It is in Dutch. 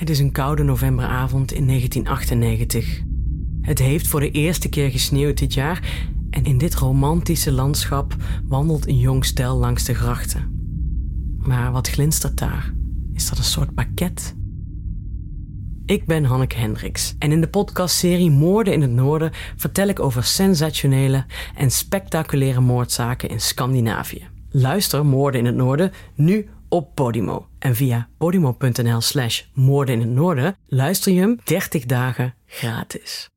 Het is een koude novemberavond in 1998. Het heeft voor de eerste keer gesneeuwd dit jaar en in dit romantische landschap wandelt een jong stel langs de grachten. Maar wat glinstert daar? Is dat een soort pakket? Ik ben Hanneke Hendricks en in de podcastserie Moorden in het Noorden vertel ik over sensationele en spectaculaire moordzaken in Scandinavië. Luister Moorden in het Noorden nu op Podimo. En via podimo.nl/moorden in het noorden luister je hem 30 dagen gratis.